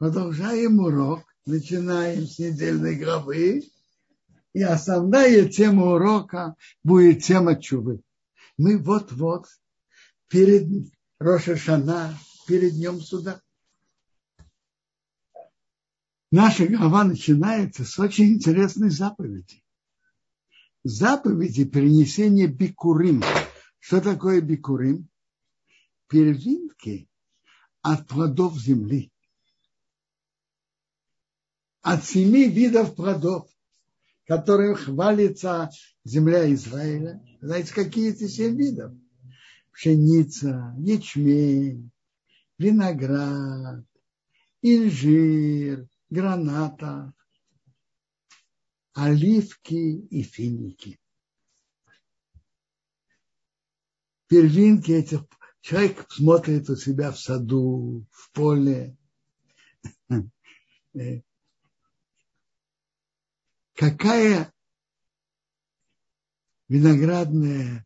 Продолжаем урок. Начинаем с недельной главы. И основная тема урока будет тема тшувы. Мы вот-вот перед Рош ха-Шана, перед Днем Суда. Наша глава начинается с очень интересной заповеди. Заповеди перенесения бикурим. Что такое бикурим? Первинки от плодов земли. От 7 видов плодов, которым хвалится земля Израиля. Знаете, какие эти 7 видов? Пшеница, ячмень, виноград, инжир, граната, оливки и финики. Первинки этих. Человек смотрит у себя в саду, в поле. Какая виноградная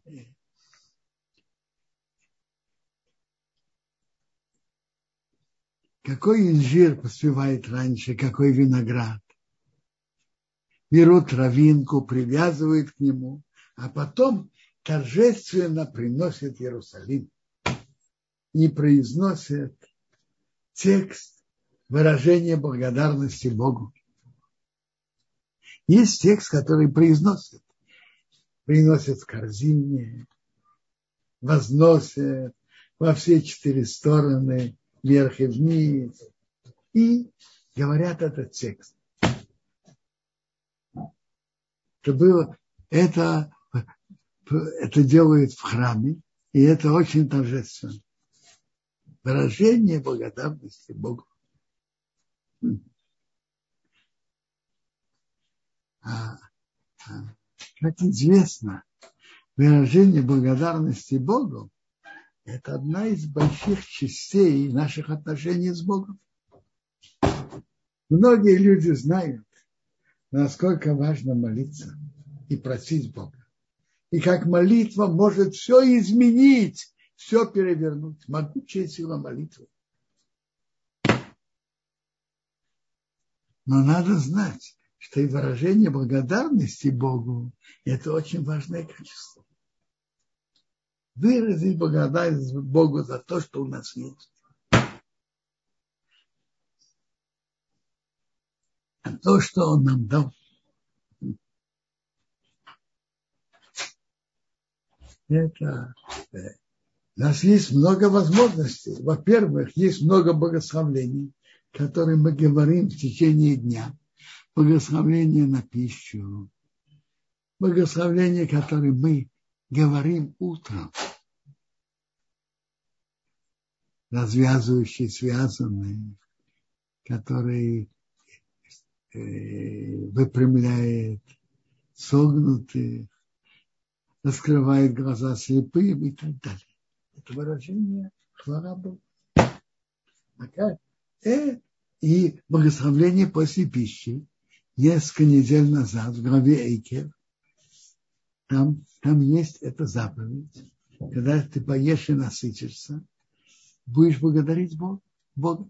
какой инжир поспевает раньше, какой виноград. Берут травинку, привязывают к нему, а потом торжественно приносят в Иерусалим. Не произносят текст выражения благодарности Богу. Есть текст, который приносят в корзине, возносят во все 4 стороны, вверх и вниз, и говорят этот текст. Это делают в храме, и это очень торжественно. Выражение благодарности Богу. Как известно, выражение благодарности Богу – это одна из больших частей наших отношений с Богом. Многие люди знают, насколько важно молиться и просить Бога. И как молитва может все изменить, все перевернуть. Могучая сила молитвы. Но надо знать, что и выражение благодарности Богу – это очень важное качество. Выразить благодарность Богу за то, что у нас есть. А то, что Он нам дал. У нас есть много возможностей. Во-первых, есть много благословений, которые мы говорим в течение дня. Благословение на пищу. Благословение, которое мы говорим утром. Развязывающие, связанные, которые выпрямляет согнутых, раскрывает глаза слепым и так далее. Это выражение хвала Богу. И благословение после пищи. Несколько недель назад в главе Эйкер там есть эта заповедь. Когда ты поешь и насытишься, будешь благодарить Бога.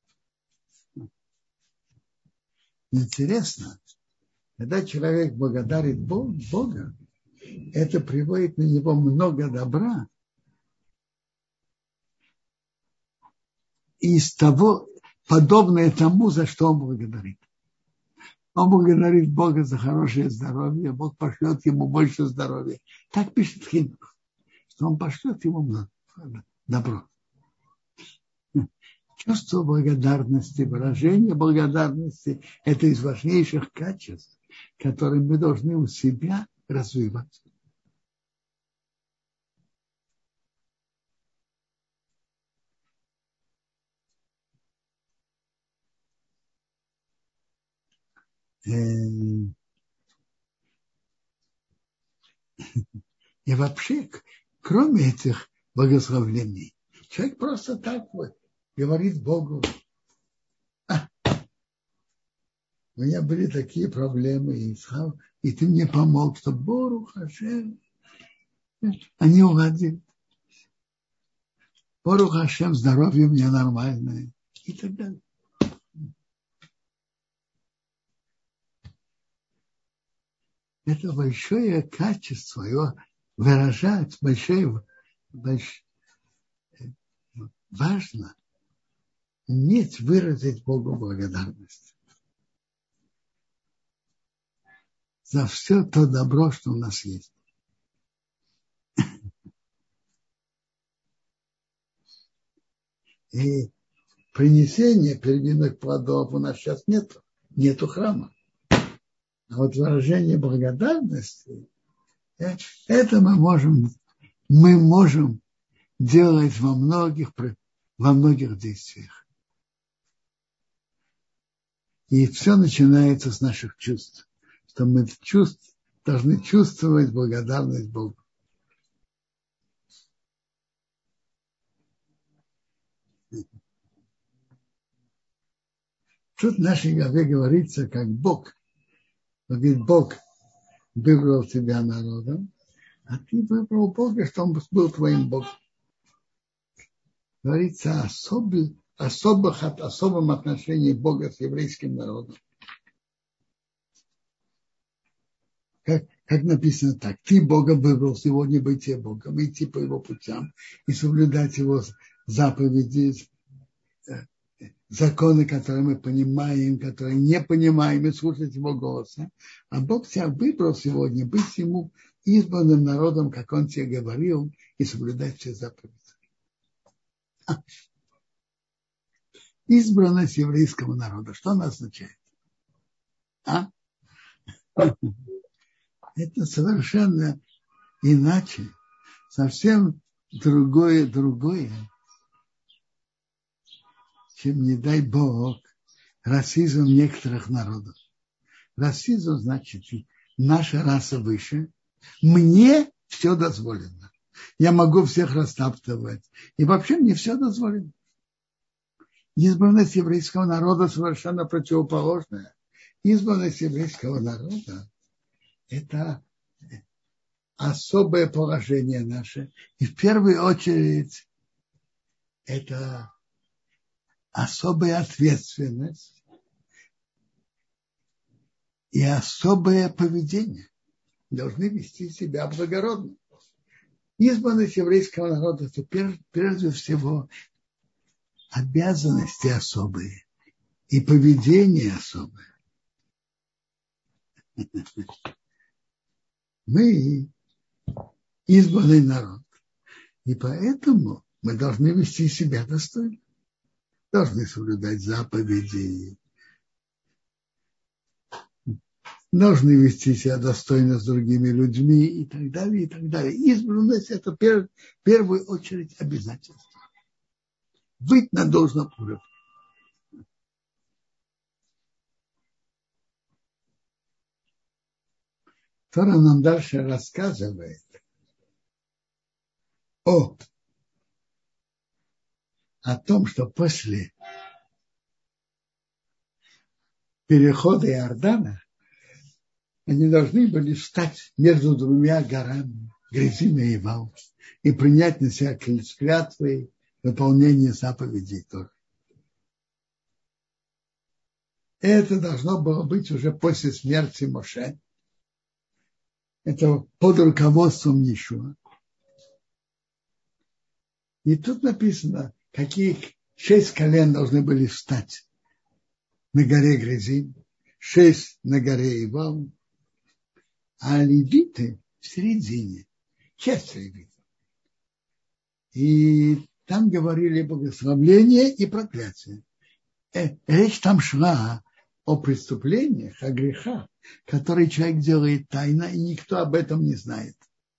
Интересно, когда человек благодарит Бога, это приводит на него много добра. И из того, подобное тому, за что он благодарит. Он благодарит Бога за хорошее здоровье, Бог пошлет ему больше здоровья. Так пишет Хинух, что он пошлет ему добро. Чувство благодарности, выражение благодарности – это из важнейших качеств, которые мы должны у себя развивать. И вообще, кроме этих благословений, человек просто так вот говорит Богу: у меня были такие проблемы, и ты мне помог, что Борух Ашем, они уладили. Борух Ашем, здоровье у меня нормальное, и так далее. Это большое качество, его выражать, важно уметь выразить Богу благодарность за все то добро, что у нас есть. И принесение первинных плодов у нас сейчас нету храма. А вот выражение благодарности, это мы можем делать во многих действиях. И все начинается с наших чувств, что мы должны чувствовать благодарность Богу. Тут в нашей главе говорится, как Бог. Он говорит, Бог выбрал тебя народом, а ты выбрал Бога, что Он был твоим Богом. Говорится о особом отношении Бога с еврейским народом. Как написано так, ты Бога выбрал сегодня быть тебе Богом, идти по Его путям и соблюдать Его заповеди, законы, которые мы понимаем, которые не понимаем, и слушать Его голоса. А Бог тебя выбрал сегодня быть Ему избранным народом, как Он тебе говорил, и соблюдать все заповеди. Избранность еврейского народа. Что она означает? Это совершенно иначе, совсем другое, чем, не дай Бог, расизм некоторых народов. Расизм значит, наша раса выше, мне все дозволено. Я могу всех растаптывать. И вообще мне все дозволено. Избранность еврейского народа совершенно противоположная. Избранность еврейского народа – это особое положение наше. И в первую очередь это особая ответственность и особое поведение. Должны вести себя благородно. Избранность еврейского народа – это прежде всего обязанности особые и поведение особое. Мы избранный народ, и поэтому мы должны вести себя достойно. Должны соблюдать заповеди, должны вести себя достойно с другими людьми и так далее, и так далее. Избранность – это в первую очередь обязательство. Быть на должном уровне. Тора нам дальше рассказывает о том, что после перехода Иордана они должны были встать между двумя горами, Гризим и Ивал, и принять на себя клятвы выполнение заповедей Торы. Это должно было быть уже после смерти Моше. Это под руководством Йешуа. И тут написано, какие 6 колен должны были встать на горе Гризим, 6 на горе Ивал, а левиты в середине, часть левитов. И там говорили благословление и проклятие. Речь там шла о преступлениях, о грехах, которые человек делает тайно, и никто об этом не знает.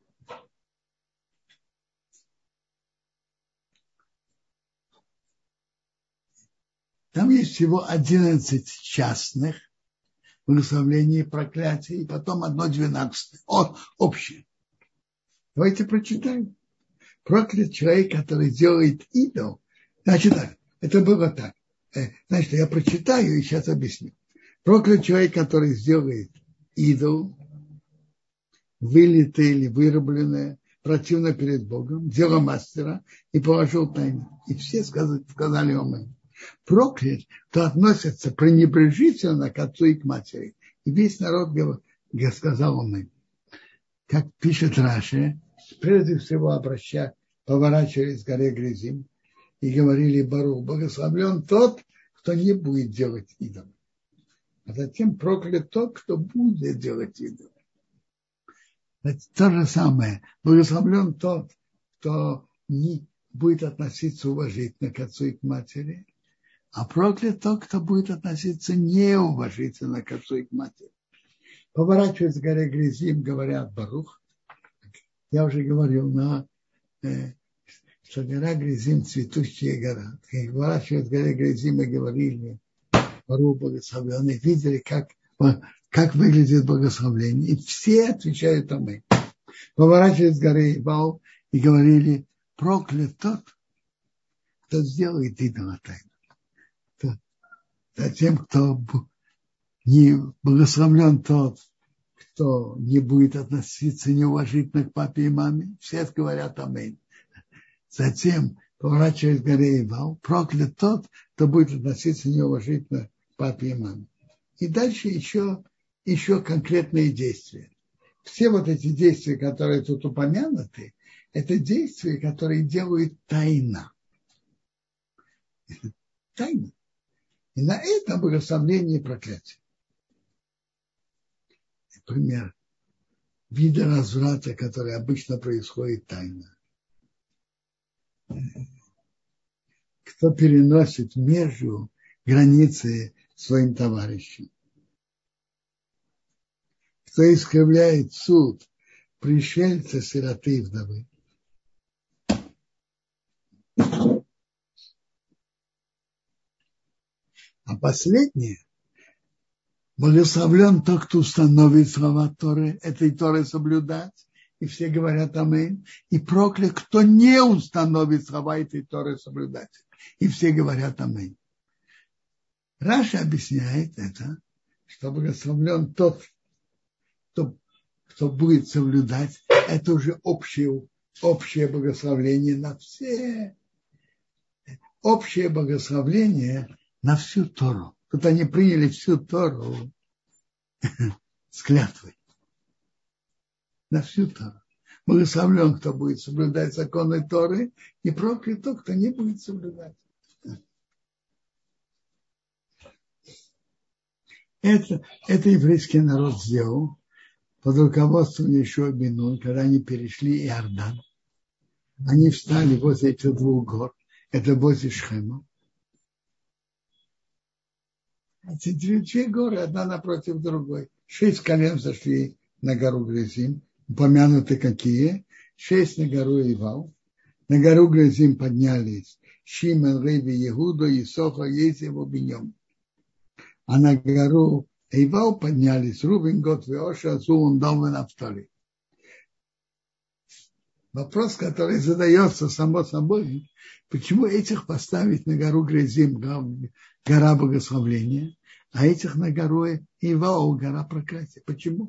Там есть всего 11 частных благословений и проклятий, и потом одно 12 общее. Давайте прочитаем. Проклят человек, который делает идол. Значит так, это было так. Значит, я прочитаю и сейчас объясню. Проклят человек, который сделает идол, вылитое или вырубленное, противно перед Богом, дело мастера, и положил тайну. И все сказали аминь. Проклят, кто относится пренебрежительно к отцу и к матери. И весь народ сказал он им, как пишет Раши, прежде всего поворачивались к горе Гризим и говорили: Барух, благословлен тот, кто не будет делать идолов. А затем проклят тот, кто будет делать идолов. Это то же самое. Благословлен тот, кто не будет относиться уважительно к отцу и к матери, а проклят тот, кто будет относиться неуважительно к отцу и к матери. Поворачиваются к горе Гризим, говорят Барух. Я уже говорил, что гора Гризим цветущая гора. И поворачивают к горе Гризим и говорили: Барух благословенный. Видели, как выглядит благословление. И все отвечают аминь. Поворачивают с горы Ивал и говорили: проклят тот, кто сделает идола тайну. Затем, кто не благословлен тот, кто не будет относиться неуважительно к папе и маме. Все говорят аминь. Затем поворачивает к горе Ивал: проклят тот, кто будет относиться неуважительно к папе и маме. И дальше еще конкретные действия. Все вот эти действия, которые тут упомянуты, это действия, которые делают тайно. Тайно. И на этом благословение и проклятие. Например, виды разврата, которые обычно происходят тайно. Кто переносит между границы своим товарищам. Кто искривляет суд пришельца, сироты и вдовы. А последнее: благословлен тот, кто установит слова Торы, этой Торы соблюдать, и все говорят аминь, и проклят, кто не установит слова этой Торы соблюдать, и все говорят аминь. Раша объясняет это, что благословлен тот, кто будет соблюдать, это уже общее благословление на все, общее благословение на всю Тору. Тут они приняли всю Тору с клятвой. На всю Тору. Благословлен, кто будет соблюдать законы Торы, и проклят тот, кто не будет соблюдать. Это еврейский народ сделал под руководством Йошуа бен Нун, когда они перешли Иордан. Они встали возле этих двух гор. Это возле Шхема. Эти две горы, одна напротив другой. 6 колен зашли на гору Гризим. Упомянуты какие? 6 на гору Ивал. На гору Гризим поднялись Шимон, Леви, Иуда, Исохар, Езев, Биньям. А на гору Ивал поднялись Рувен, Гад, Оша, Зулун, Дан и Нафтали. Вопрос, который задается само собой: почему этих поставить на гору Гризим, гора благословления, а этих на гору Ивал, гора проклятия? Почему?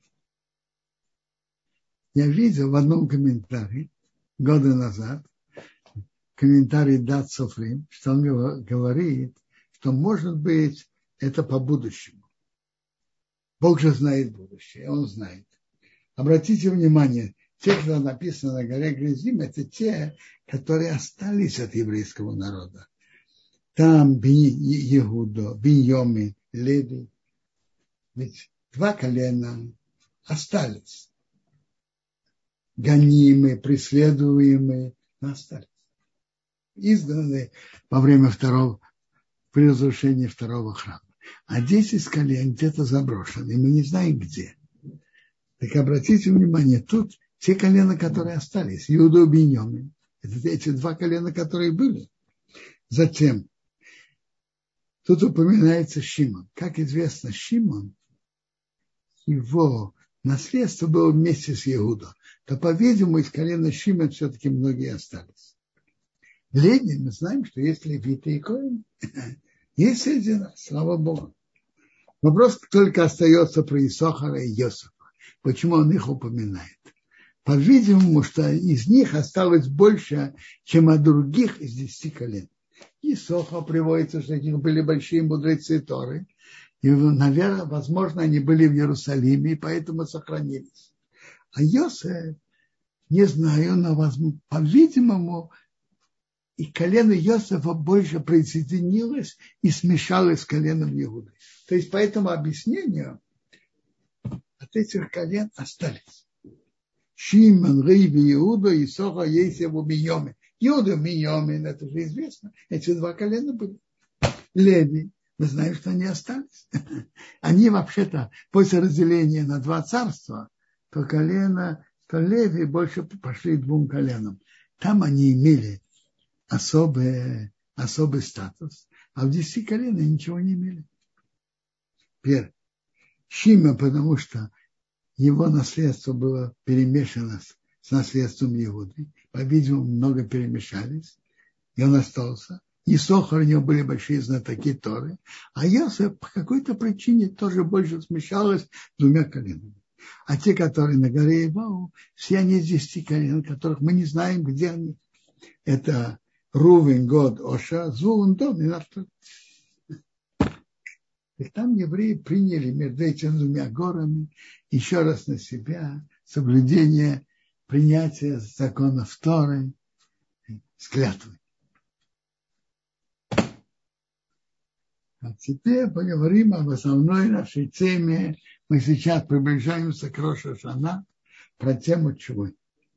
Я видел в одном комментарии года назад, комментарий Дат Софрим, что он говорит, что, может быть, это по будущему. Бог же знает будущее, он знает. Обратите внимание, те, что написано на горе Гризим, это те, которые остались от еврейского народа. Там Иуда, Биньямин, Леви. Ведь 2 колена остались. Гонимые, преследуемые, но остались. Изгнаны во время при разрушении второго храма. А 10 колен где-то заброшены, мы не знаем где. Так обратите внимание, тут те колена, которые остались, Иуда и Биньямин, это эти 2 колена, которые были. Затем, тут упоминается Шимон. Как известно, Шимон, его наследство было вместе с Иудой. То, по-видимому, из колена Шимон все-таки многие остались. Леви, мы знаем, что есть левиты и коэны. Есть среди нас, слава Богу. Вопрос только остается про Исохара и Йосефа. Почему он их упоминает? По-видимому, что из них осталось больше, чем от других из 10 колен. Исохар приводится, что у них были большие мудрецы Торы, И, наверное, возможно, они были в Иерусалиме, и поэтому сохранились. А Йосеф, не знаю, но, по-видимому, и колено Йосефа больше присоединилось и смешалось с коленом Иуды. То есть, по этому объяснению, от этих колен остались. Шимон, Риви, Иуда, Исоха, Есеву, Миньоми. Иуда, Миньомин, это же известно. Эти два колена были. Леви, мы знаем, что они остались. Они вообще-то после разделения на два царства, то Леви больше пошли двум коленам. Там они имели особый статус, а в 10 коленах ничего не имели. Первый. Шима, потому что его наследство было перемешано с наследством Иуды. По-видимому, много перемешались, и он остался. Исохар, у него были большие знатоки Торы, а Йосеф по какой-то причине тоже больше смешалось с двумя коленами. А те, которые на горе Ивау, все они из 10 колен, которых мы не знаем, где они. Это Рувен, Год, Оша, Звулун, Дон и Нафталь. И там евреи приняли между этими двумя горами еще раз на себя соблюдение принятия законов Торы с клятвой. А теперь поговорим об основной нашей теме. Мы сейчас приближаемся к Рош ха-Шана, про тему чего.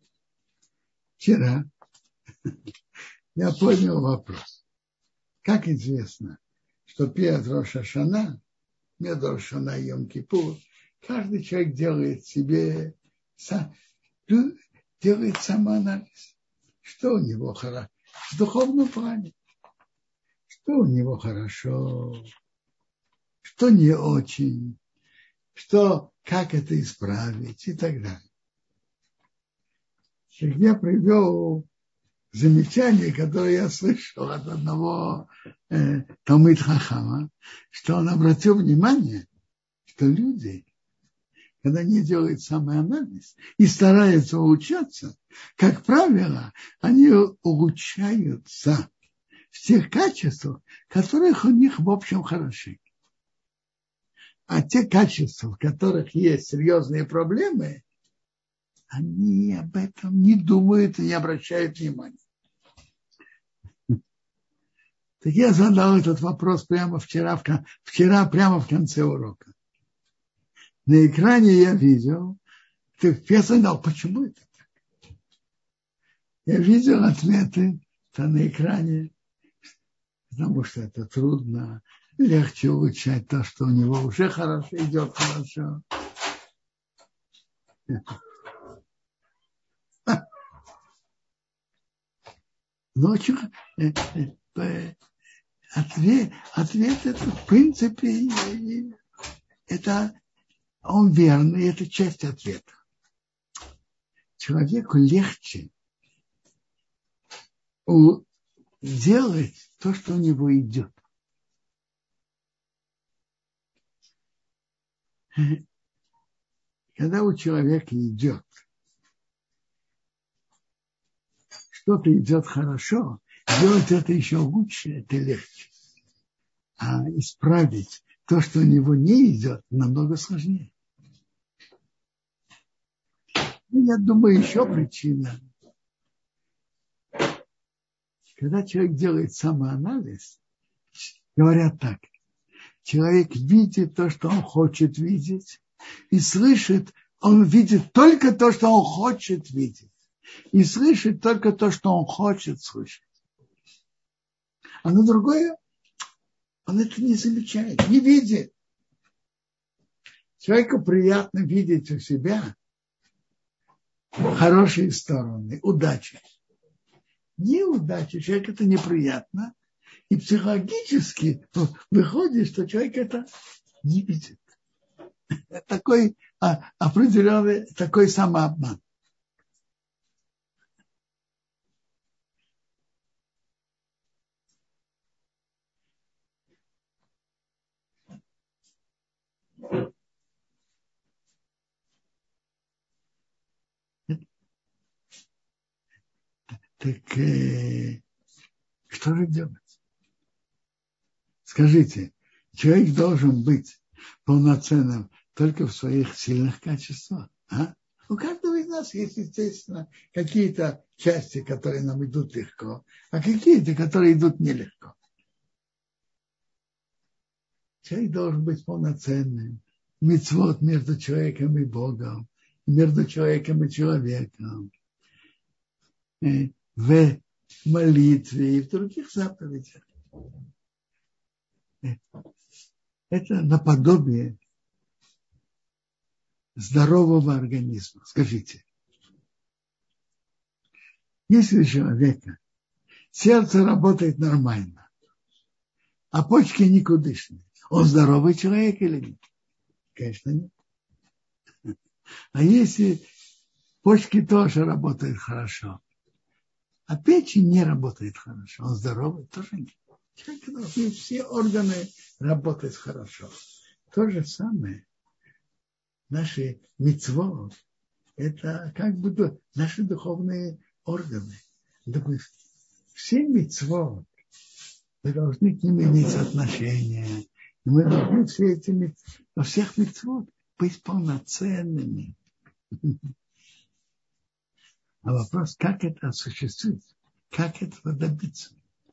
Вчера я поднял вопрос. Как известно, что перед Рош ха-Шана, между Рош ха-Шана и Йом-Кипур, каждый человек делает самоанализ. Что у него хорошо в духовном плане, что у него хорошо, что не очень, как это исправить и так далее. Я привел замечание, которое я слышал от одного Талмид Хахама, что он обратил внимание, что люди, когда они делают самоанализ и стараются улучшаться, как правило, они улучшаются в тех качествах, которых у них в общем хороши. А те качества, в которых есть серьезные проблемы, они об этом не думают и не обращают внимания. Так я задал этот вопрос вчера прямо в конце урока. На экране я видел, я задал, почему это так? Я видел ответы на экране, потому что это трудно, легче улучшать то, что у него уже хорошо идет хорошо. Но ответ это, в принципе, это он верный, это часть ответа. Человеку легче делать то, что у него идет. Когда у человека идет, что-то идет хорошо, делать это еще лучше, это легче. А исправить то, что у него не идет, намного сложнее. Я думаю, еще причина. Когда человек делает самоанализ, говорят так, человек видит то, что он хочет видеть, и слышит, он видит только то, что он хочет видеть, и слышит только то, что он хочет слышать. А на другое он это не замечает, не видит. Человеку приятно видеть у себя хорошие стороны, удачи. Неудачи, человеку это неприятно, и психологически выходит, что человек это не видит. Такой определенный, такой самообман. Так что же делать? Скажите, Человек должен быть полноценным только в своих сильных качествах. А? У каждого из нас есть, естественно, какие-то части, которые нам идут легко, а какие-то, которые идут нелегко. Человек должен быть полноценным. Мицвот между человеком и Богом, между человеком и человеком, в молитве и в других заповедях. Это наподобие здорового организма. Скажите, если у человека сердце работает нормально, а почки никудышные, он здоровый человек или нет? Конечно, нет. А если почки тоже работают хорошо, а печень не работает хорошо, он здоровый, тоже нет. Человек должны все органы работать хорошо. То же самое. Наши мицвот – это как бы наши духовные органы. Все мицвот, мы должны к ним иметь отношение. И мы должны все эти, во всех мицвот быть полноценными. А вопрос, как это осуществить? Как этого добиться?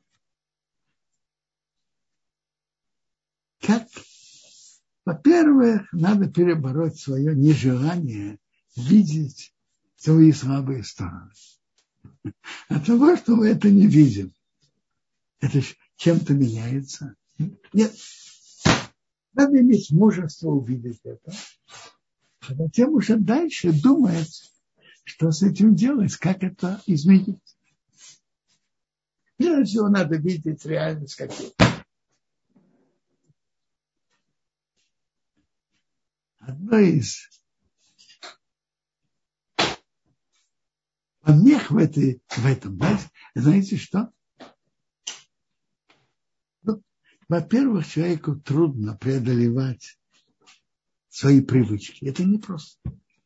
Как? Во-первых, надо перебороть свое нежелание видеть свои слабые стороны. От того, что мы это не видим, это чем-то меняется? Нет. Надо иметь мужество увидеть это. А затем уже дальше думать, что с этим делать, как это изменить. Прежде всего надо видеть реальность какую. Одно из помех в этом, знаете что? Ну, во-первых, человеку трудно преодолевать свои привычки. Это непросто.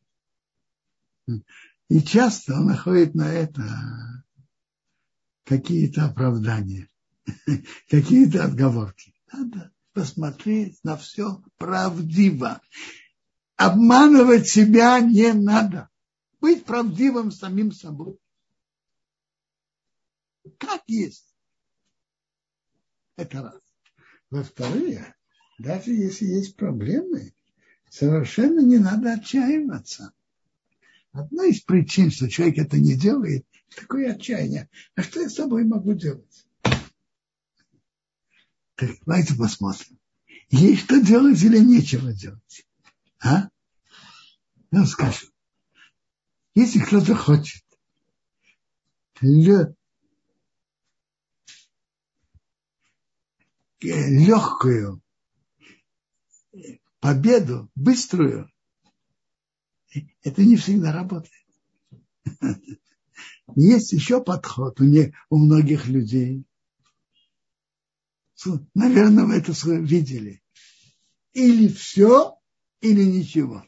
И часто он находит на это какие-то оправдания, какие-то отговорки. Надо посмотреть на все правдиво. Обманывать себя не надо. Быть правдивым самим собой. Как есть. Это раз. Во-вторых, даже если есть проблемы, совершенно не надо отчаиваться. Одна из причин, что человек это не делает, такое отчаяние. А что я с собой могу делать? Так, давайте посмотрим. Есть что делать или нечего делать? А? Я скажу. Если кто-то хочет легкую победу, быструю, это не всегда работает. Есть еще подход у многих людей. Наверное, вы это видели. Или все, или ничего.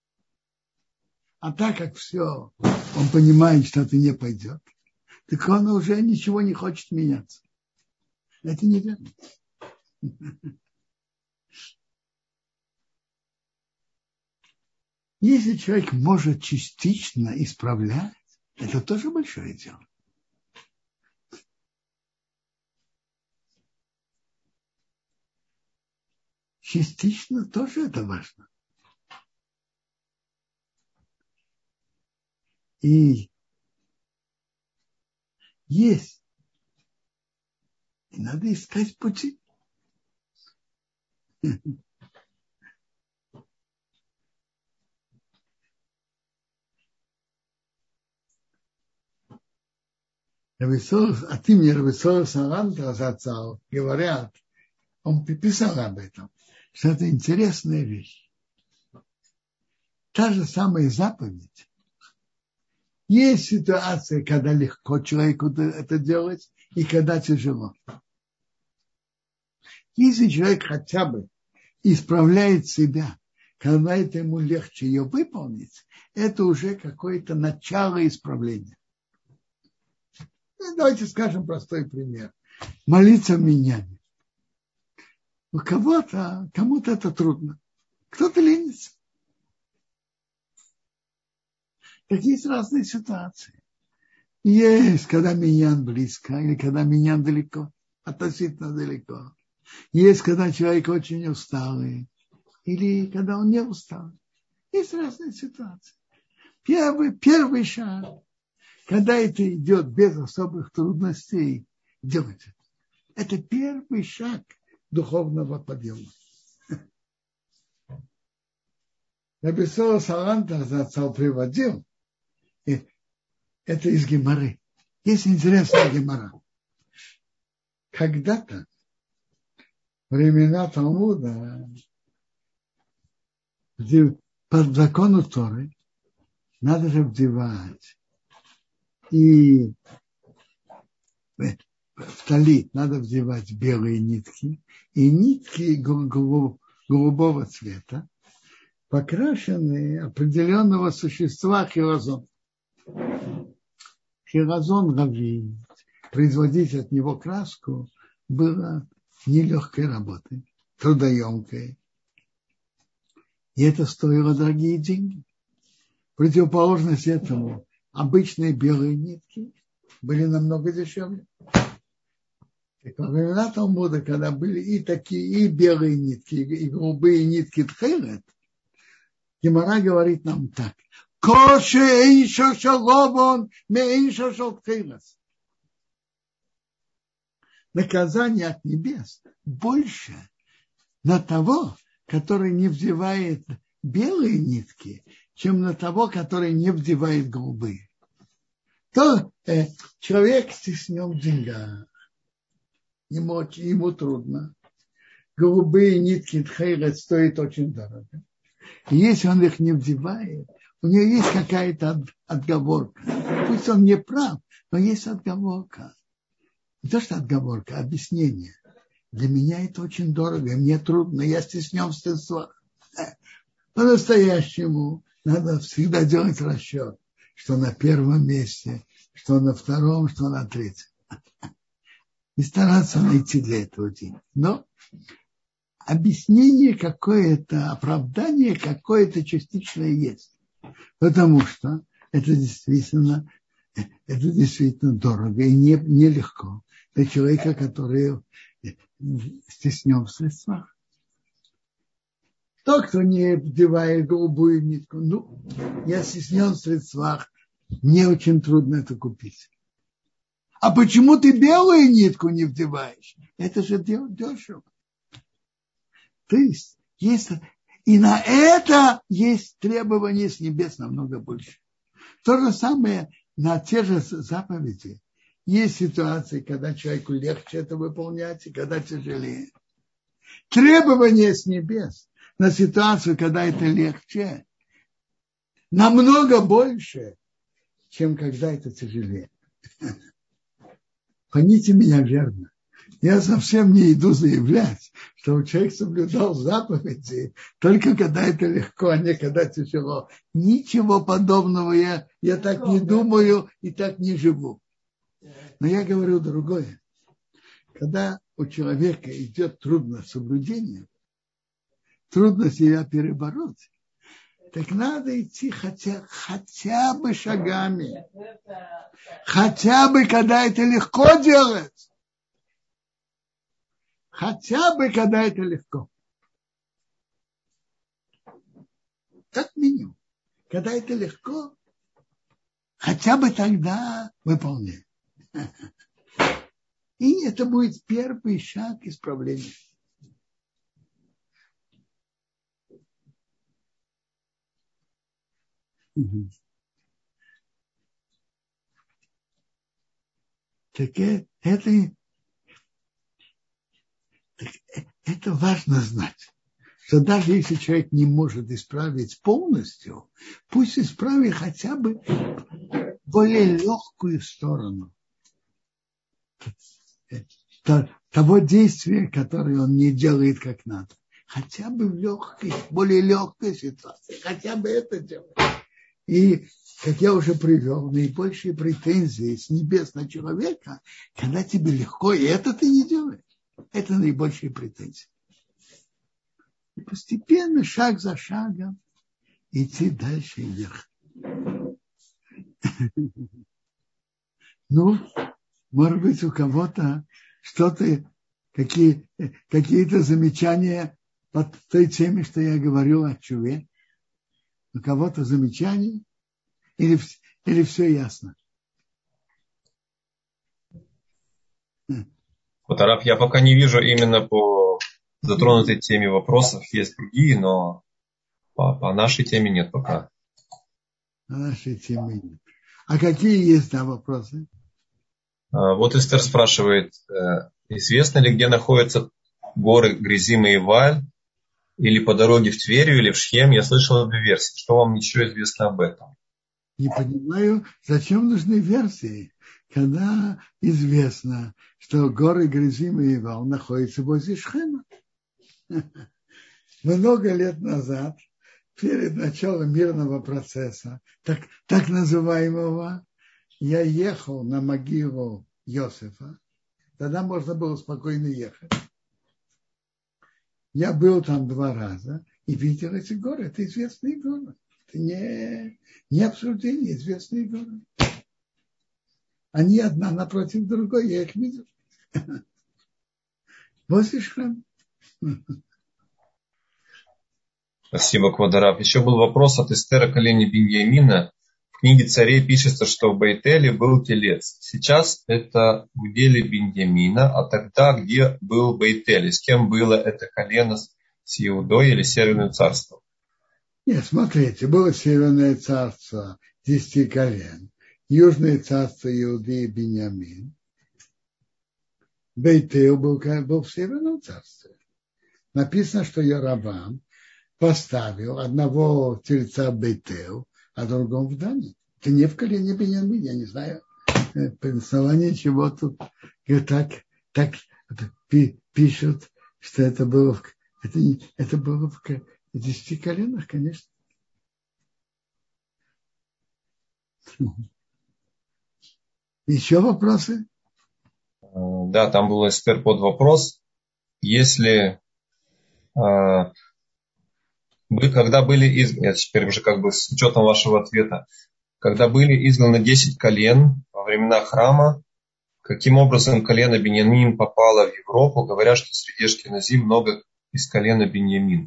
А так как все, он понимает, что это не пойдет, так он уже ничего не хочет меняться. Это неверно. Если человек может частично исправлять, это тоже большое дело. Частично тоже это важно. И есть. И надо искать пути. От имени Рабисола Саранта Зацал говорят, он писал об этом, что это интересная вещь. Та же самая заповедь. Есть ситуация, когда легко человеку это делать, и когда тяжело. Если человек хотя бы исправляет себя, когда это ему легче ее выполнить, это уже какое-то начало исправления. Давайте скажем простой пример. Молиться в миньяне. У кого-то, кому-то это трудно. Кто-то ленится. Так есть разные ситуации. Есть, когда миньян близко, или когда миньян далеко, относительно далеко. Есть, когда человек очень усталый, или когда он не усталый. Есть разные ситуации. Первый шаг, когда это идет без особых трудностей, делать это. Это первый шаг духовного подъема. Написал Саланта, приводил, и это из Гемары. Есть интересная Гемара. Когда-то, времена Талмуда, по закону Торы, надо же вдевать. И в талит надо вдевать белые нитки. И нитки голубого цвета, покрашенные определенного существа хилазон. Хилазон раввин, производить от него краску было нелегкой работой, трудоемкой. И это стоило дорогие деньги. В противоположность этому обычные белые нитки были намного дешевле. Так во времена Талмуда, когда были и такие, и белые нитки, и голубые нитки тхилет, Гемара говорит нам так. Коше эйшо шалобон ме эйшо шалтхилас. Наказание от небес больше на того, который не вдевает белые нитки, чем на того, который не вдевает голубые. То человек стеснен в деньгах, ему трудно. Голубые нитки тхейлет стоят очень дорого. И если он их не вдевает, у него есть какая-то отговорка. Пусть он не прав, но есть отговорка. Не то, что отговорка, а объяснение. Для меня это очень дорого, мне трудно, я стеснен в средствах. По-настоящему надо всегда делать расчет, что на первом месте, что на втором, что на третьем. И стараться найти для этого денег. Но объяснение какое-то, оправдание какое-то частичное есть. Потому что это действительно дорого и нелегко для человека, который стеснен в средствах. Тот, кто не вдевает голубую нитку, я стеснен в средствах, мне очень трудно это купить. А почему ты белую нитку не вдеваешь? Это же дешево. То есть, и на это есть требования с небес намного больше. То же самое на те же заповеди. Есть ситуации, когда человеку легче это выполнять, и когда тяжелее. Требования с небес на ситуацию, когда это легче, намного больше, чем когда это тяжелее. Поймите меня верно. Я совсем не иду заявлять, что человек соблюдал заповеди только когда это легко, а не когда тяжело. Ничего подобного я так не думаю и так не живу. Но я говорю другое. Когда у человека идет трудное соблюдение, трудно себя перебороть, так надо идти хотя бы шагами. Хотя бы, когда это легко делать. Хотя бы, когда это легко. Как минимум. Когда это легко, хотя бы тогда выполняй. И это будет первый шаг исправления. Так это важно знать, что даже если человек не может исправить полностью, пусть исправит хотя бы более легкую сторону того действия, которое он не делает как надо. Хотя бы в легкой, более легкой ситуации, хотя бы это делать. И, как я уже привел, наибольшие претензии с небес на человека, когда тебе легко, и это ты не делаешь. Это наибольшие претензии. постепенно, шаг за шагом, идти дальше вверх. Ну, может быть, у кого-то что-то, какие-то замечания по той теме, что я говорил о чуве. У кого-то замечания или все ясно? Вот, Раф, я пока не вижу именно по затронутой теме вопросов. Есть другие, но по нашей теме нет пока. По нашей теме нет. А какие есть там вопросы? Вот Эстер спрашивает, известно ли, где находятся горы Гризим и Иваль, или по дороге в Тверию, или в Шхем? Я слышал две версии. Что вам еще известно об этом? Не понимаю, зачем нужны версии, когда известно, что горы Гризим и Ивал находятся возле Шхема. Много лет назад, перед началом мирного процесса, так называемого, я ехал на могилу Йосефа. Тогда можно было спокойно ехать. Я был там 2 раза и видел эти горы. Это известные горы. Это не обсуждение, известные горы. Они одна напротив другой, я их видел. Возле Шхема. Спасибо, Квадарав. Еще был вопрос от Эстера колени Биньямина. В книге царей пишется, что в Бейтеле был телец. Сейчас это в деле Биньямина, а тогда где был Бейтель? И с кем было это колено, с Иудой или Северным царством? Нет, смотрите, было Северное царство 10 колен, Южное царство Иуды и Биньямин. Бейтел был в Северном царстве. Написано, что Яровам поставил одного тельца в Бейтел, а другого в Дане. Это не в колене Биньямин, я не знаю, при основании чего тут так пишут, что это было в 10 коленах, конечно. Еще вопросы? Да, там был Эстер под вопрос. Если когда были изгнаны, я теперь уже как бы с учетом вашего ответа, когда были изгнаны 10 колен во времена храма, каким образом колено Биньямин попало в Европу? Говорят, что среди ашкеназим много из колена Биньямин.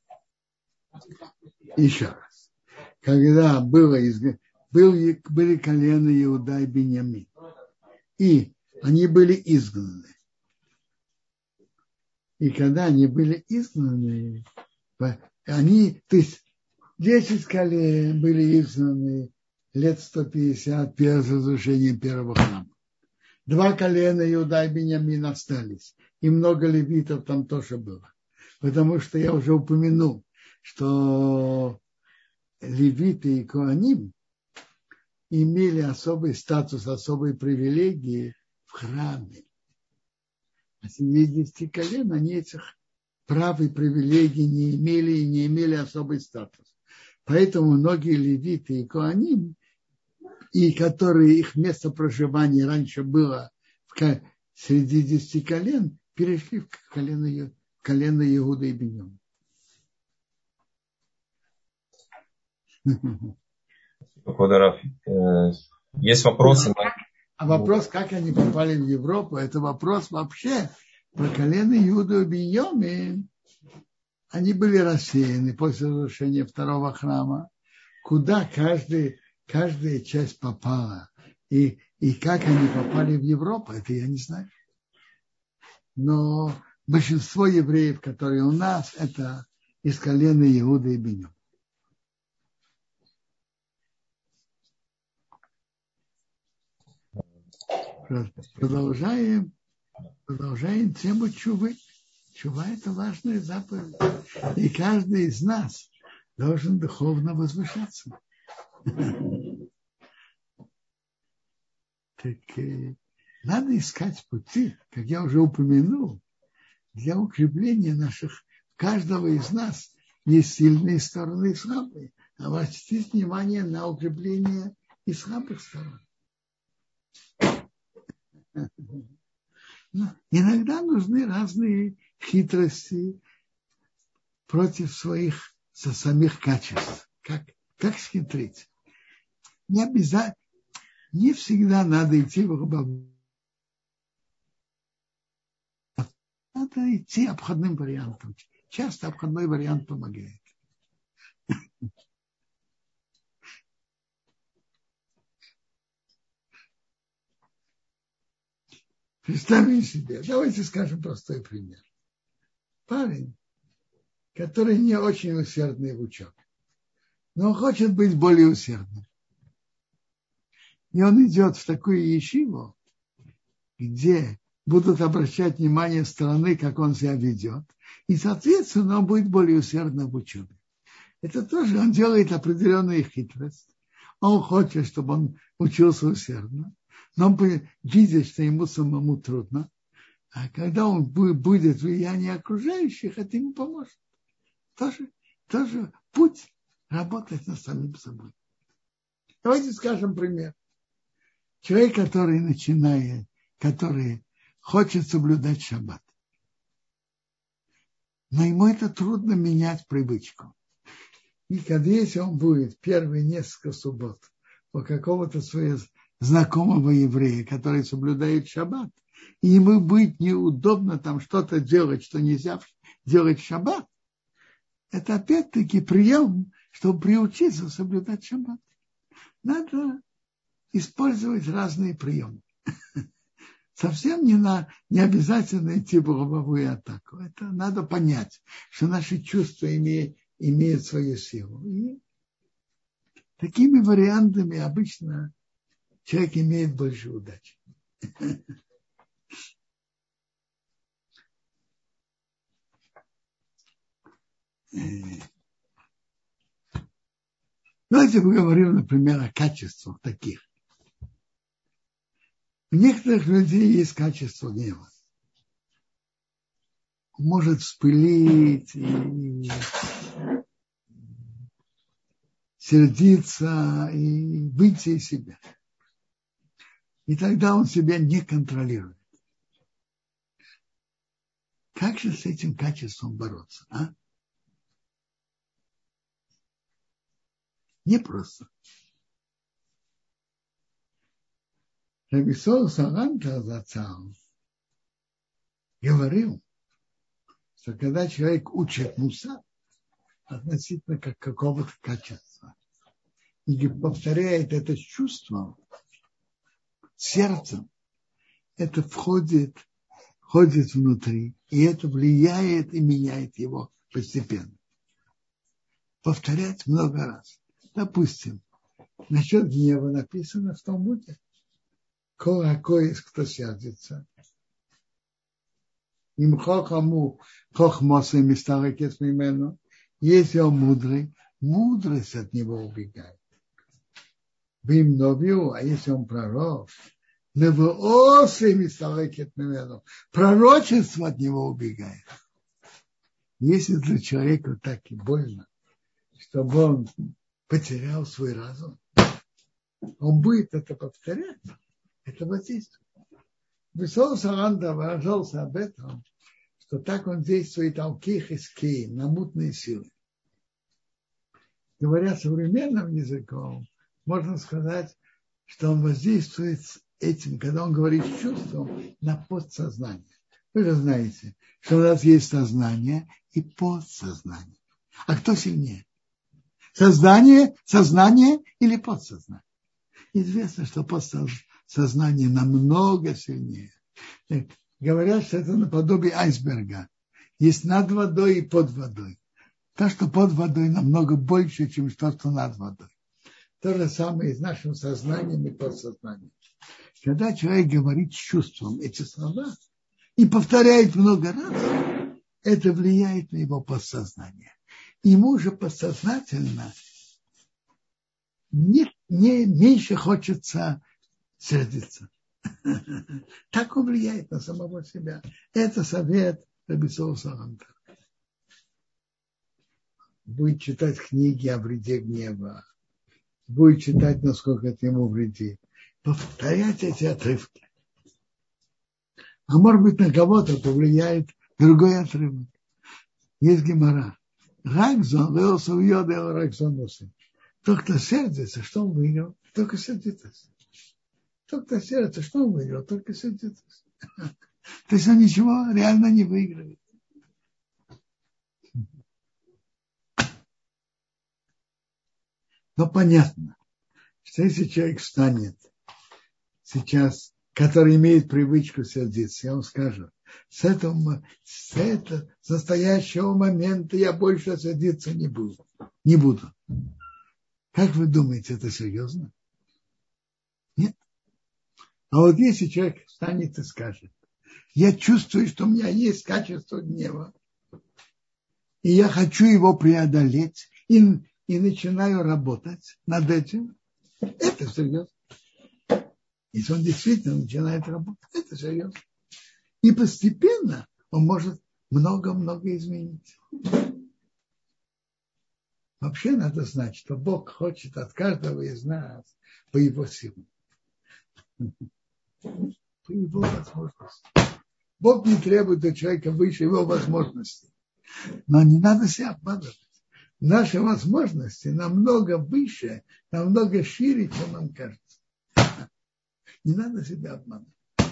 Еще раз. Когда были колена Иуда и Биньямин, и они были изгнаны. И когда они были изгнаны, то есть 10 колен были изгнаны лет 150 перед разрушением первого храма. 2 колена Иуда и Биньямин остались. И много левитов там тоже было. Потому что я уже упомянул, что левиты и коаним имели особый статус, особые привилегии в храме. А среди 10 колен они этих прав и привилегий не имели и не имели особый статус. Поэтому многие левиты и коаним, и которые их место проживания раньше было среди 10 колен, перешли в колено Иуда и Биньямина. Есть вопросы? А вопрос, как они попали в Европу, это вопрос вообще про колено Иуда и Биньямин. Они были рассеяны после разрушения второго храма, куда каждая часть попала. И как они попали в Европу, это я не знаю. Но большинство евреев, которые у нас, это из колена Иуда и Биньямина. Продолжаем тему чувы. Чува – это важная заповедь. И каждый из нас должен духовно возвышаться. Так надо искать пути, как я уже упомянул, для укрепления каждого из нас есть сильные стороны и слабые. Обратите внимание на укрепление и слабых сторон. Но иногда нужны разные хитрости, против своих самих качеств. Как схитрить? Не всегда надо идти в рабовую. Надо идти обходным вариантом. Часто обходной вариант помогает. Представим себе, давайте скажем простой пример. Парень, который не очень усердный в учебе, но хочет быть более усердным. И он идет в такую ешиву, где будут обращать внимание стороны, как он себя ведет, и, соответственно, он будет более усердно в учебе. Это тоже он делает определенную хитрость. Он хочет, чтобы он учился усердно, но он видит, что ему самому трудно. А когда он будет влияние окружающих, это ему поможет. Тоже путь работать над самим собой. Давайте скажем пример. Человек, который хочет соблюдать шаббат, но ему это трудно менять привычку. И если он будет первые несколько суббот у какого-то своего знакомого еврея, который соблюдает шаббат, и ему будет неудобно там что-то делать, что нельзя делать в шаббат, это опять-таки прием, чтобы приучиться соблюдать шаббат. Надо использовать разные приемы. Совсем не обязательно идти в лобовую атаку. Это надо понять, что наши чувства имеют свою силу. И такими вариантами обычно человек имеет больше удачи. Давайте поговорим, например, о качествах таких. У некоторых людей есть качество гнева. Он может вспылить и сердиться и выйти из себя. И тогда он себя не контролирует. Как же с этим качеством бороться, а? Непросто. Раби Салман говорил, что когда человек учит мусар относительно какого-то качества и повторяет это с чувством, сердцем, это входит внутри, и это влияет и меняет его постепенно. Повторять много раз. Допустим, насчет гнева написано в Талмуде. Кое-кое, кто сердится. Им хохаму хохмосы мистарекет мимену. Если он мудрый, мудрость от него убегает. Вим новью, а если он пророк, невоосы мистарекет мимену. Пророчество от него убегает. Если для человека так и больно, чтобы он потерял свой разум, он будет это повторять. Это воздействие. Высол Саранда выражался об этом, что так он действует алких и скей, на мутные силы. Говоря современным языком, можно сказать, что он воздействует этим, когда он говорит с чувством, на подсознание. Вы же знаете, что у нас есть сознание и подсознание. А кто сильнее? Сознание или подсознание? Известно, что подсознание намного сильнее. Говорят, что это наподобие айсберга. Есть над водой и под водой. То, что под водой, намного больше, чем то, что над водой. То же самое и с нашим сознанием и подсознанием. Когда человек говорит с чувством эти слова и повторяет много раз, это влияет на его подсознание. Ему уже подсознательно меньше хочется сердиться. Так он влияет на самого себя. Это совет Раби Салмана. Будет читать книги о вреде гнева. Будет читать, насколько это ему вредит. Повторять эти отрывки. А может быть, на кого-то повлияет другой отрывок. Есть гемара. Ракзон, Леосов Йода, Ракзон Носим. Тот, кто сердится, что он выиграл? Только сердится. Тот, кто сердится, что он выиграл? Только сердится. То есть он ничего реально не выигрывает. Но понятно, что если человек встанет сейчас, который имеет привычку сердиться, я вам скажу, с настоящего момента я больше сердиться не буду. Не буду. Как вы думаете, это серьезно? Нет. А вот если человек встанет и скажет, я чувствую, что у меня есть качество гнева, и я хочу его преодолеть, и начинаю работать над этим, это серьезно. Если он действительно начинает работать, это серьезно. И постепенно он может много-много изменить. Вообще надо знать, что Бог хочет от каждого из нас по его силам. По его возможности. Бог не требует от человека выше его возможностей. Но не надо себя обманывать. Наши возможности намного выше, намного шире, чем нам кажется. Не надо себя обманывать.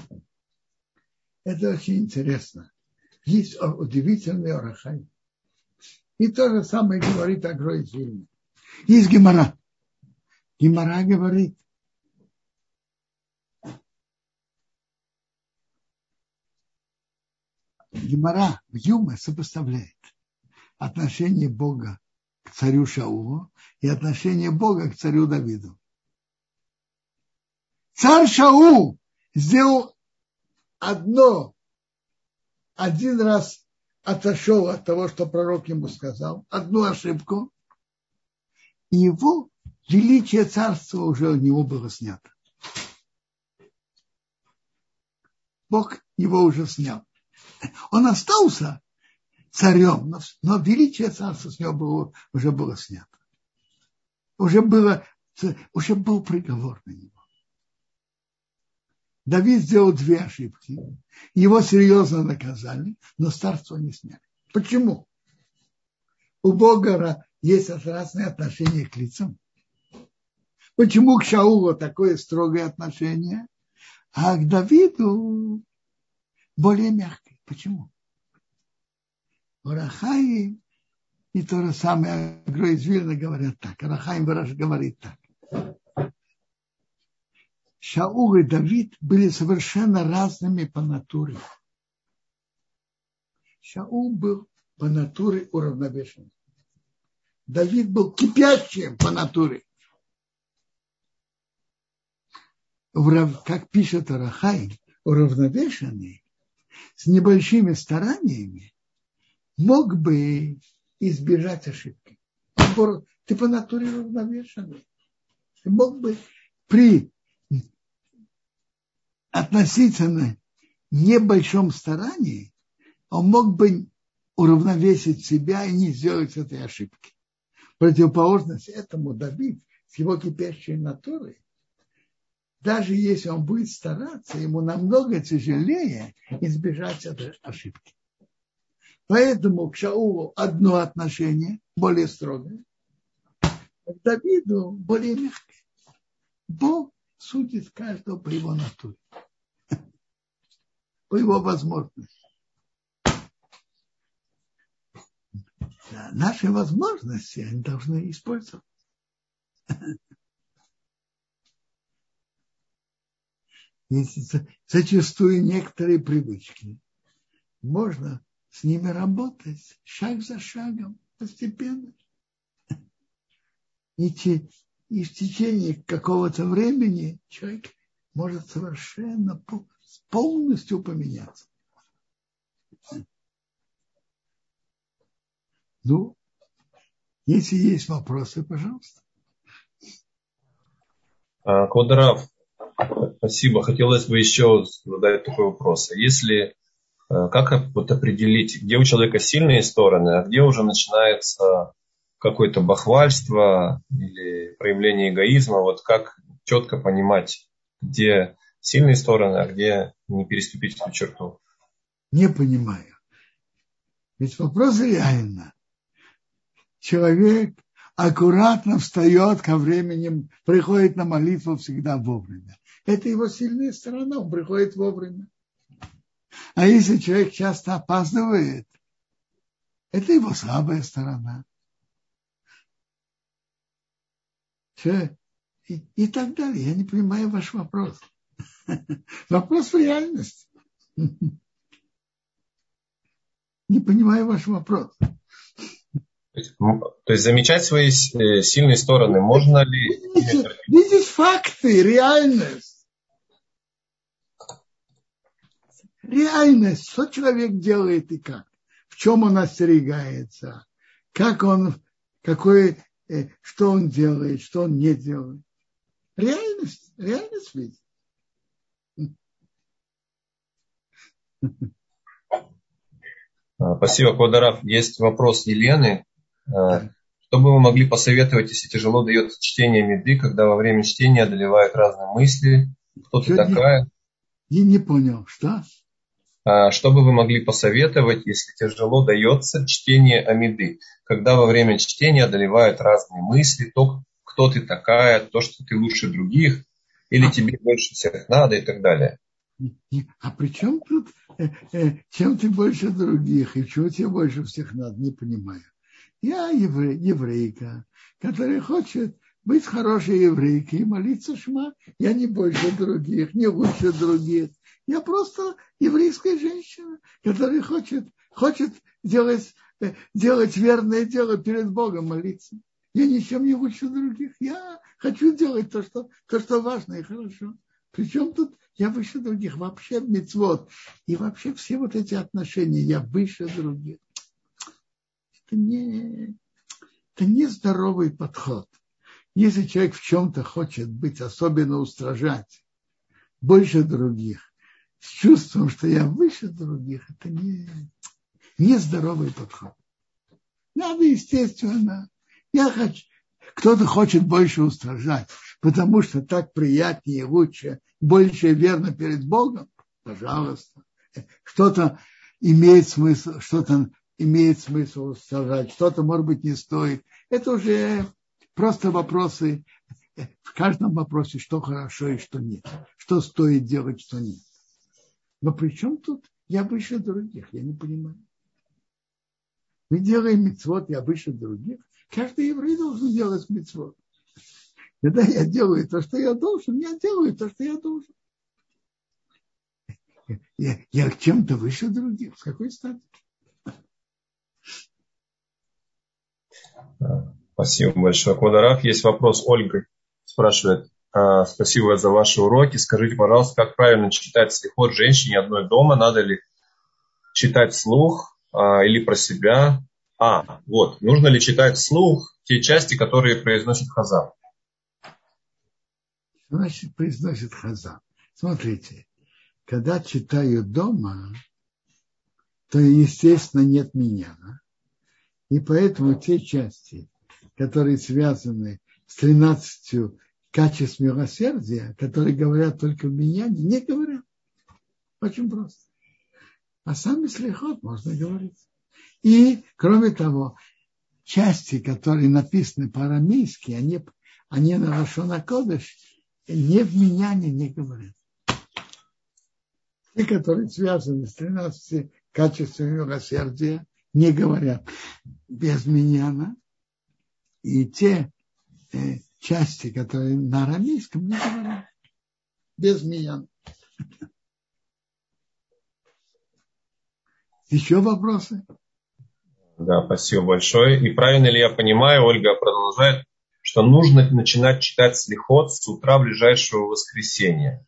Это очень интересно. Есть удивительный Ор ха-Хаим. И то же самое говорит Агро из Вильны. Есть Гемара. Гемара говорит, Гемара в Юме сопоставляет отношение Бога к царю Шаулу и отношение Бога к царю Давиду. Царь Шаул сделал один раз отошел от того, что пророк ему сказал, одну ошибку, и его величие царства уже у него было снято. Бог его уже снял. Он остался царем, но величие царства с него уже было снято. Уже был приговор на него. Давид сделал 2 ошибки. Его серьезно наказали, но царство не сняли. Почему? У Бога есть разные отношения к лицам. Почему к Шаулу такое строгое отношение, а к Давиду более мягкое? Почему? Ор ха-Хаим и то же самое Агро из Вильны говорят так. Ор ха-Хаим говорит так. Шаул и Давид были совершенно разными по натуре. Шаул был по натуре уравновешенным. Давид был кипящим по натуре. Как пишет Ор ха-Хаим, уравновешенный с небольшими стараниями мог бы избежать ошибки. Ты по натуре уравновешенный. Ты мог бы при относительно небольшом старании он мог бы уравновесить себя и не сделать этой ошибки. Противоположность этому Давид с его кипящей натурой, даже если он будет стараться, ему намного тяжелее избежать этой ошибки. Поэтому к Шаулу одно отношение, более строгое, а к Давиду более мягкое. Бог судит каждого по его натуре, по его возможности. Да, наши возможности они должны использовать. Если зачастую некоторые привычки можно с ними работать шаг за шагом, постепенно. И в течение какого-то времени человек может совершенно полностью поменяться. Ну, если есть вопросы, пожалуйста. Квадрав, спасибо. Хотелось бы еще задать такой вопрос. Если как вот определить, где у человека сильные стороны, а где уже начинается какое-то бахвальство или проявление эгоизма? Вот как четко понимать, где сильные стороны, а где не переступить эту черту? Не понимаю. Ведь вопрос реально. человек аккуратно встает ко времени, приходит на молитву всегда вовремя. Это его сильная сторона, он приходит вовремя. А если человек часто опаздывает, это его слабая сторона. И так далее. Я не понимаю ваш вопрос. Вопрос в реальности. Не понимаю ваш вопрос. То есть замечать свои сильные стороны можно ли? Видеть факты, реальность. Реальность, что человек делает и как. В чем он остерегается, как он, что он делает, что он не делает. Реальность видит. Спасибо, Квадарав. Есть вопрос Елены. Что бы вы могли посоветовать, если тяжело дается чтение меды, когда во время чтения одолевают разные мысли? Кто ты такая? Я не понял, что? Что бы вы могли посоветовать, если тяжело дается чтение Амиды, когда во время чтения одолевают разные мысли, то кто ты такая, то, что ты лучше других, или тебе больше всех надо и так далее? А при чем тут, чем ты больше других, и чего тебе больше всех надо, не понимаю. Я еврейка, которая хочет быть хорошей еврейкой и молиться шма. Я не больше других, не лучше других. Я просто еврейская женщина, которая хочет делать верное дело перед Богом, молиться. Я ничем не лучше других. Я хочу делать то, что важно и хорошо. Причем тут я выше других. Вообще мицвот. И вообще все вот эти отношения. Я выше других. Это не здоровый подход. Если человек в чем-то хочет быть, особенно устражать, больше других, с чувством, что я выше других, это не здоровый подход. Надо, естественно, кто-то хочет больше устражать, потому что так приятнее, лучше, больше верно перед Богом, пожалуйста. Что-то имеет смысл устражать, что-то, может быть, не стоит. Это уже просто вопросы, в каждом вопросе, что хорошо и что нет, что стоит делать, что нет. Но при чем тут я выше других? Я не понимаю. Мы делаем мицвот, я выше других. Каждый еврей должен делать мицвот. Когда я делаю то, что я должен, я делаю то, что я должен. Я чем-то выше других. С какой стати? Спасибо большое, Квадарав. Есть вопрос Ольга. Спрашивает. Спасибо за ваши уроки. Скажите, пожалуйста, как правильно читать слихот женщине одной дома? Надо ли читать вслух или про себя? Нужно ли читать вслух те части, которые произносит Хазан? Значит, произносит Хазан. Смотрите, когда читаю дома, то, естественно, нет меня. Да? И поэтому те части, которые связаны с 13 качеств милосердия, которые говорят только в миньяне, не говорят. Очень просто. А сами слихот можно говорить. И, кроме того, части, которые написаны по-арамейски, они на лашон а-кодеш, не в миньяне не говорят. Те, которые связаны с 13 качествами милосердия, не говорят без миньяна. И те части, которые на арамейском, не говорят без миньяна. Еще вопросы? Да, спасибо большое. И правильно ли я понимаю, Ольга продолжает, что нужно начинать читать слихот с утра ближайшего воскресенья?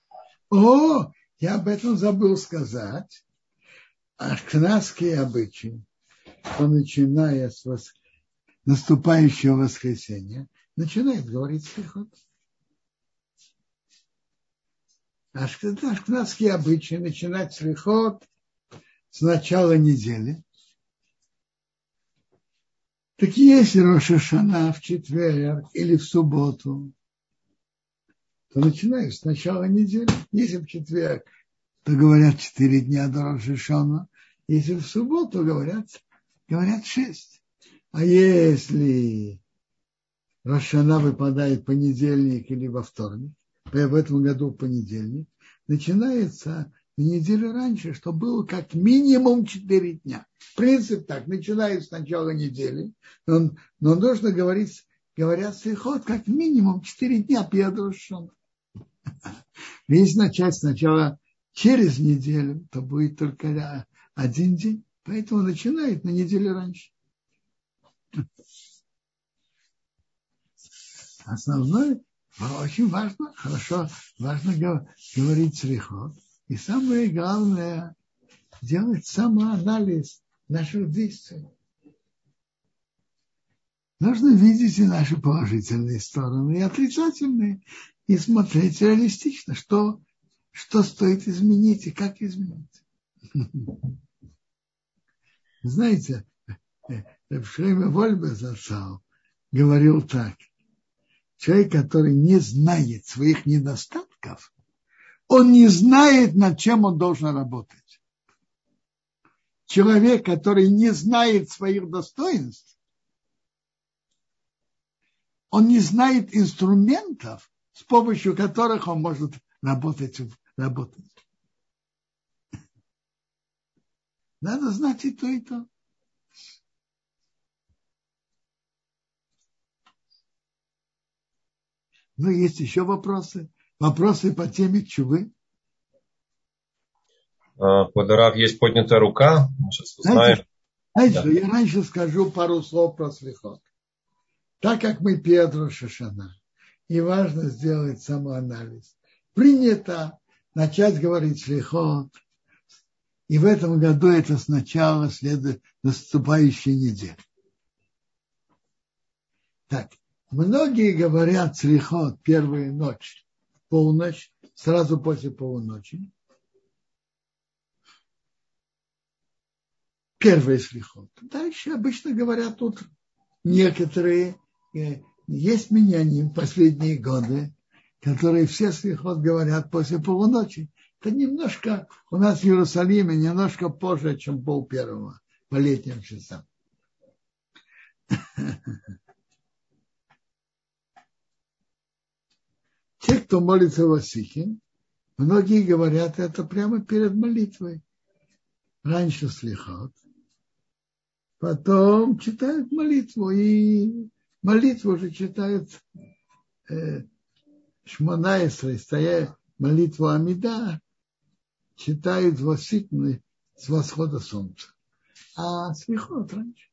Я об этом забыл сказать. Ашкеназские обычаи, что начиная с наступающего воскресенья, начинает говорить слихот. Ашкеназские обычаи начинать слихот с начала недели. Так если Рош ха-Шана в четверг или в субботу, то начинаю с начала недели. Если в четверг, то говорят 4 дня до Рош ха-Шана. Если в субботу говорят 6. А если Рош ха-Шана выпадает в понедельник или во вторник, в этом году в понедельник, начинается на неделю раньше, что было как минимум 4 дня. Принцип так, начинает с начала недели, но нужно говорят слихот как минимум 4 дня перед Рош ха-Шана. Если начать сначала через неделю, то будет только 1 день, поэтому начинает на неделю раньше. Основное, очень важно, важно говорить слихот. И самое главное, делать самоанализ наших действий. Нужно видеть и наши положительные стороны, и отрицательные, и смотреть реалистично, что стоит изменить и как изменить. Знаете, Рав Шломо Вольбе говорил так. Человек, который не знает своих недостатков, он не знает, над чем он должен работать. Человек, который не знает своих достоинств, он не знает инструментов, с помощью которых он может работать. Надо знать и то, и то. Ну, есть еще вопросы. Вопросы по теме тшувы. Квадарав, есть поднятая рука. Мы сейчас узнаем. Знаете, да. Я раньше скажу пару слов про слихот. Так как мы перед Рош ха-Шана, и важно сделать самоанализ, принято начать говорить слихот, и в этом году это сначала следует наступающей недели. Так, многие говорят слихот первую ночь, полночь, сразу после полуночи. Первый слихот. Дальше обычно говорят утром. Некоторые, есть миньяним последние годы, которые все слихот говорят после полуночи. Это немножко, у нас в Иерусалиме немножко позже, чем полпервого, по летним часам. Те, кто молится в Асихе, многие говорят это прямо перед молитвой. Раньше слихот, потом читают молитву, и молитву уже читают Шмона Эсрей, стоя молитву Амида, читают воситны с восхода солнца. А слихот раньше.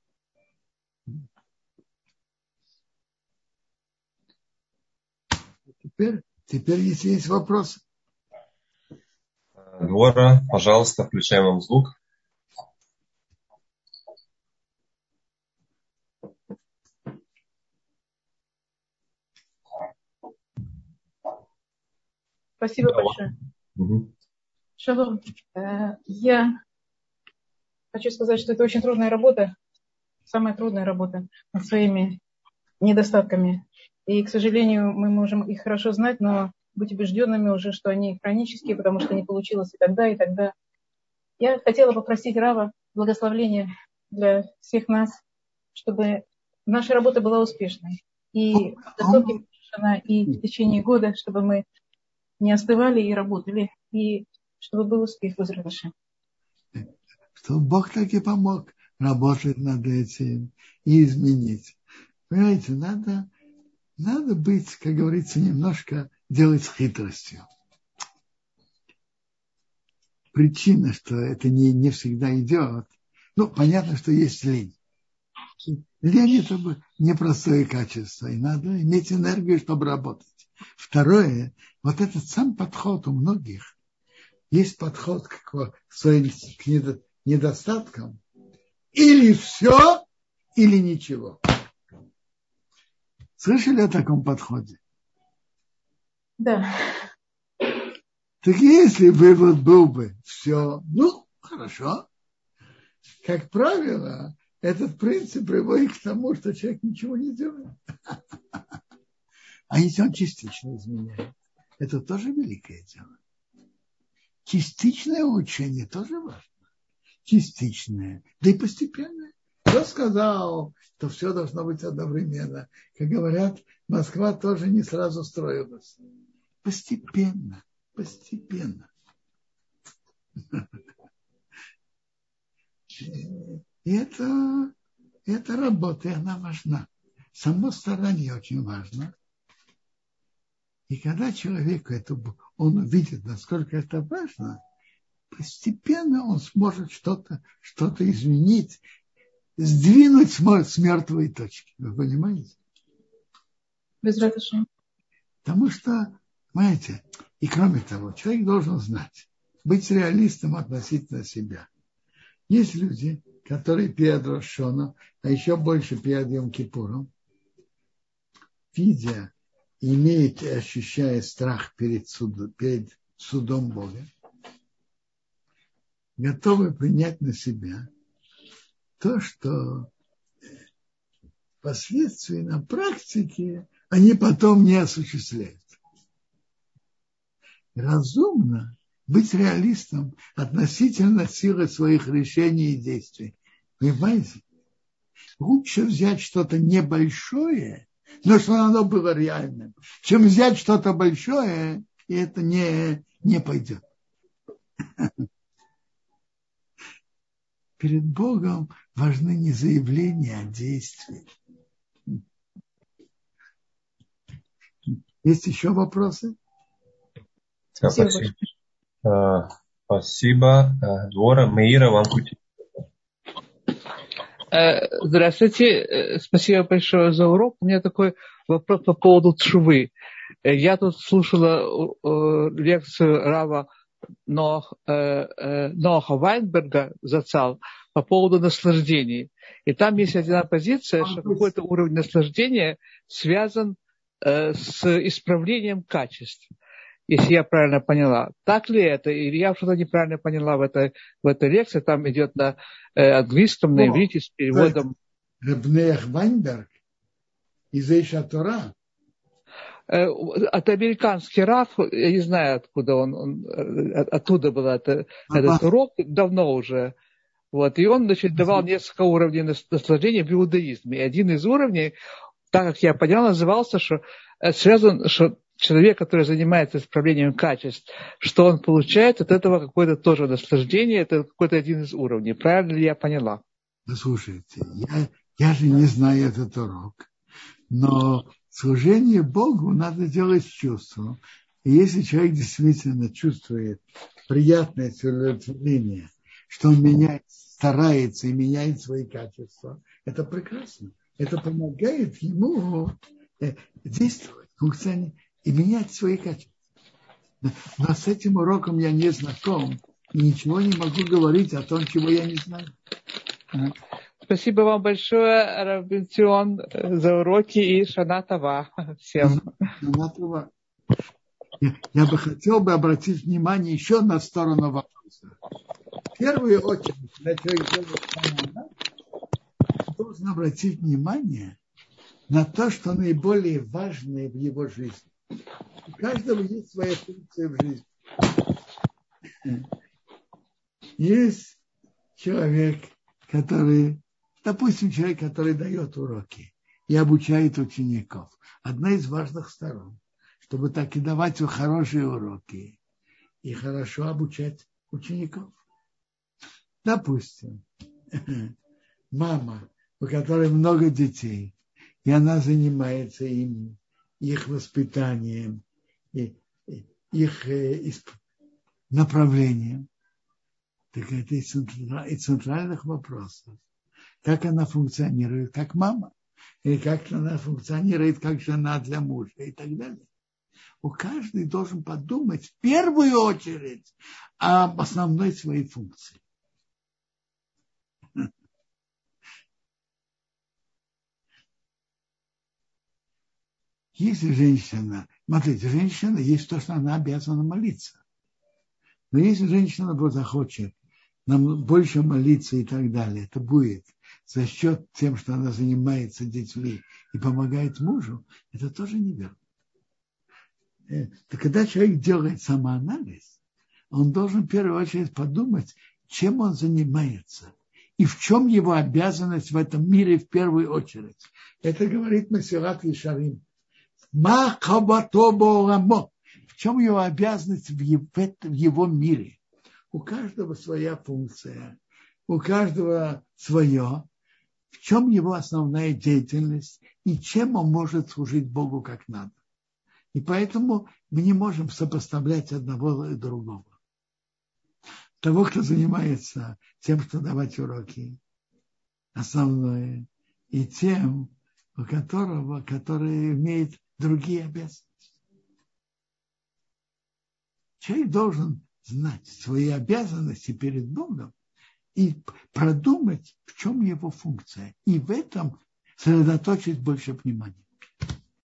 Теперь если есть вопросы. Двора, пожалуйста, включаем вам звук. Спасибо большое. Шалом. Я хочу сказать, что это очень трудная работа, самая трудная работа над своими недостатками. И, к сожалению, мы можем их хорошо знать, но быть убежденными уже, что они хронические, потому что не получилось и тогда, и тогда. Я хотела попросить Рава благословения для всех нас, чтобы наша работа была успешной. И в подготовке и в течение года, чтобы мы не остывали и работали, и чтобы был успех в Израиле. Чтобы Бог так и помог работать над этим и изменить. Понимаете, надо быть, как говорится, немножко делать с хитростью. Причина, что это не всегда идет, понятно, что есть лень. Лень – это непростое качество, и надо иметь энергию, чтобы работать. Второе, вот этот сам подход у многих, есть подход к своим недостаткам, или все, или ничего. Слышали о таком подходе? Да. Так если вывод был бы все, хорошо. Как правило, этот принцип приводит к тому, что человек ничего не делает. А если он частично изменяет, это тоже великое дело. Частичное улучшение тоже важно. Частичное, да и постепенное. все сказал, то все должно быть одновременно. Как говорят, Москва тоже не сразу строилась. Постепенно. И эта работа, и она важна. Само старание очень важно. И когда человек он увидит, насколько это важно, постепенно он сможет что-то изменить, сдвинуть с мертвой точки. Вы понимаете? Безразлично. Потому что, понимаете, и кроме того, человек должен знать, быть реалистом относительно себя. Есть люди, которые перед Рош ха-Шана, а еще больше перед Йом-Кипуром, видя, имеет и ощущая страх перед судом Бога, готовы принять на себя то, что впоследствии на практике они потом не осуществляют. Разумно быть реалистом относительно силы своих решений и действий. Понимаете? Лучше взять что-то небольшое, но чтобы оно было реальным, чем взять что-то большое, и это не пойдет. Перед Богом важны не заявления, а действия. Есть еще вопросы? Спасибо. Спасибо. Двора Меира, вам ключ. Здравствуйте. Спасибо большое за урок. У меня такой вопрос по поводу тшувы. Я тут слушала лекцию Рава Ноаха Вайнберга Зацал по поводу наслаждений. И там есть одна позиция, что какой-то уровень наслаждения связан с исправлением качеств. Если я правильно поняла. Так ли это? Или я что-то неправильно поняла в этой лекции? Там идет на английском, на иврите с переводом. Ребнеях Вайнберг из Эйша Тора. Это американский Рав, я не знаю, откуда он оттуда был этот урок, давно уже. Вот. И он, давал несколько уровней наслаждения в иудаизме. И один из уровней, так как я поняла, назывался, что связан, что человек, который занимается исправлением качеств, что он получает от этого какое-то тоже наслаждение, это какой-то один из уровней. Правильно ли я поняла? Ну, слушайте, я же не знаю этот урок, но служение Богу надо делать с чувством. И если человек действительно чувствует приятное удовлетворение, что он старается и меняет свои качества, это прекрасно. Это помогает ему действовать, функционировать и менять свои качества. Но с этим уроком я не знаком и ничего не могу говорить о том, чего я не знаю. Спасибо вам большое, Рав Бен-Цион, за уроки и Шана Това всем. Шана Това. Я бы хотел обратить внимание еще на сторону вопроса. В первую очередь, когда человек делает шана, должен обратить внимание на то, что наиболее важное в его жизни. У каждого есть своя функция в жизни. Есть человек, который, допустим, человек, который дает уроки и обучает учеников. Одна из важных сторон, чтобы так и давать хорошие уроки и хорошо обучать учеников. Допустим, мама, у которой много детей, и она занимается их воспитанием, их направлением. Так это из центральных вопросов. Как она функционирует как мама, или как она функционирует как жена для мужа и так далее. У каждого должен подумать в первую очередь об основной своей функции. Если женщина, смотрите, женщина есть то, что она обязана молиться. Но если женщина захочет нам больше молиться и так далее, это будет за счет тем, что она занимается детьми и помогает мужу, это тоже неверно. Так когда человек делает самоанализ, он должен в первую очередь подумать, чем он занимается, и и в чем его обязанность в этом мире в первую очередь. Это говорит Месилат Ешарим. Ма хабато бо'оламо. В чем его обязанность в его мире? У каждого своя функция, у каждого свое. В чем его основная деятельность и чем он может служить Богу как надо. И поэтому мы не можем сопоставлять одного и другого. Того, кто занимается тем, что давать уроки, основное, и тем, который имеет другие обязанности. Человек должен знать свои обязанности перед Богом и продумать, в чем его функция. И в этом сосредоточить больше внимания.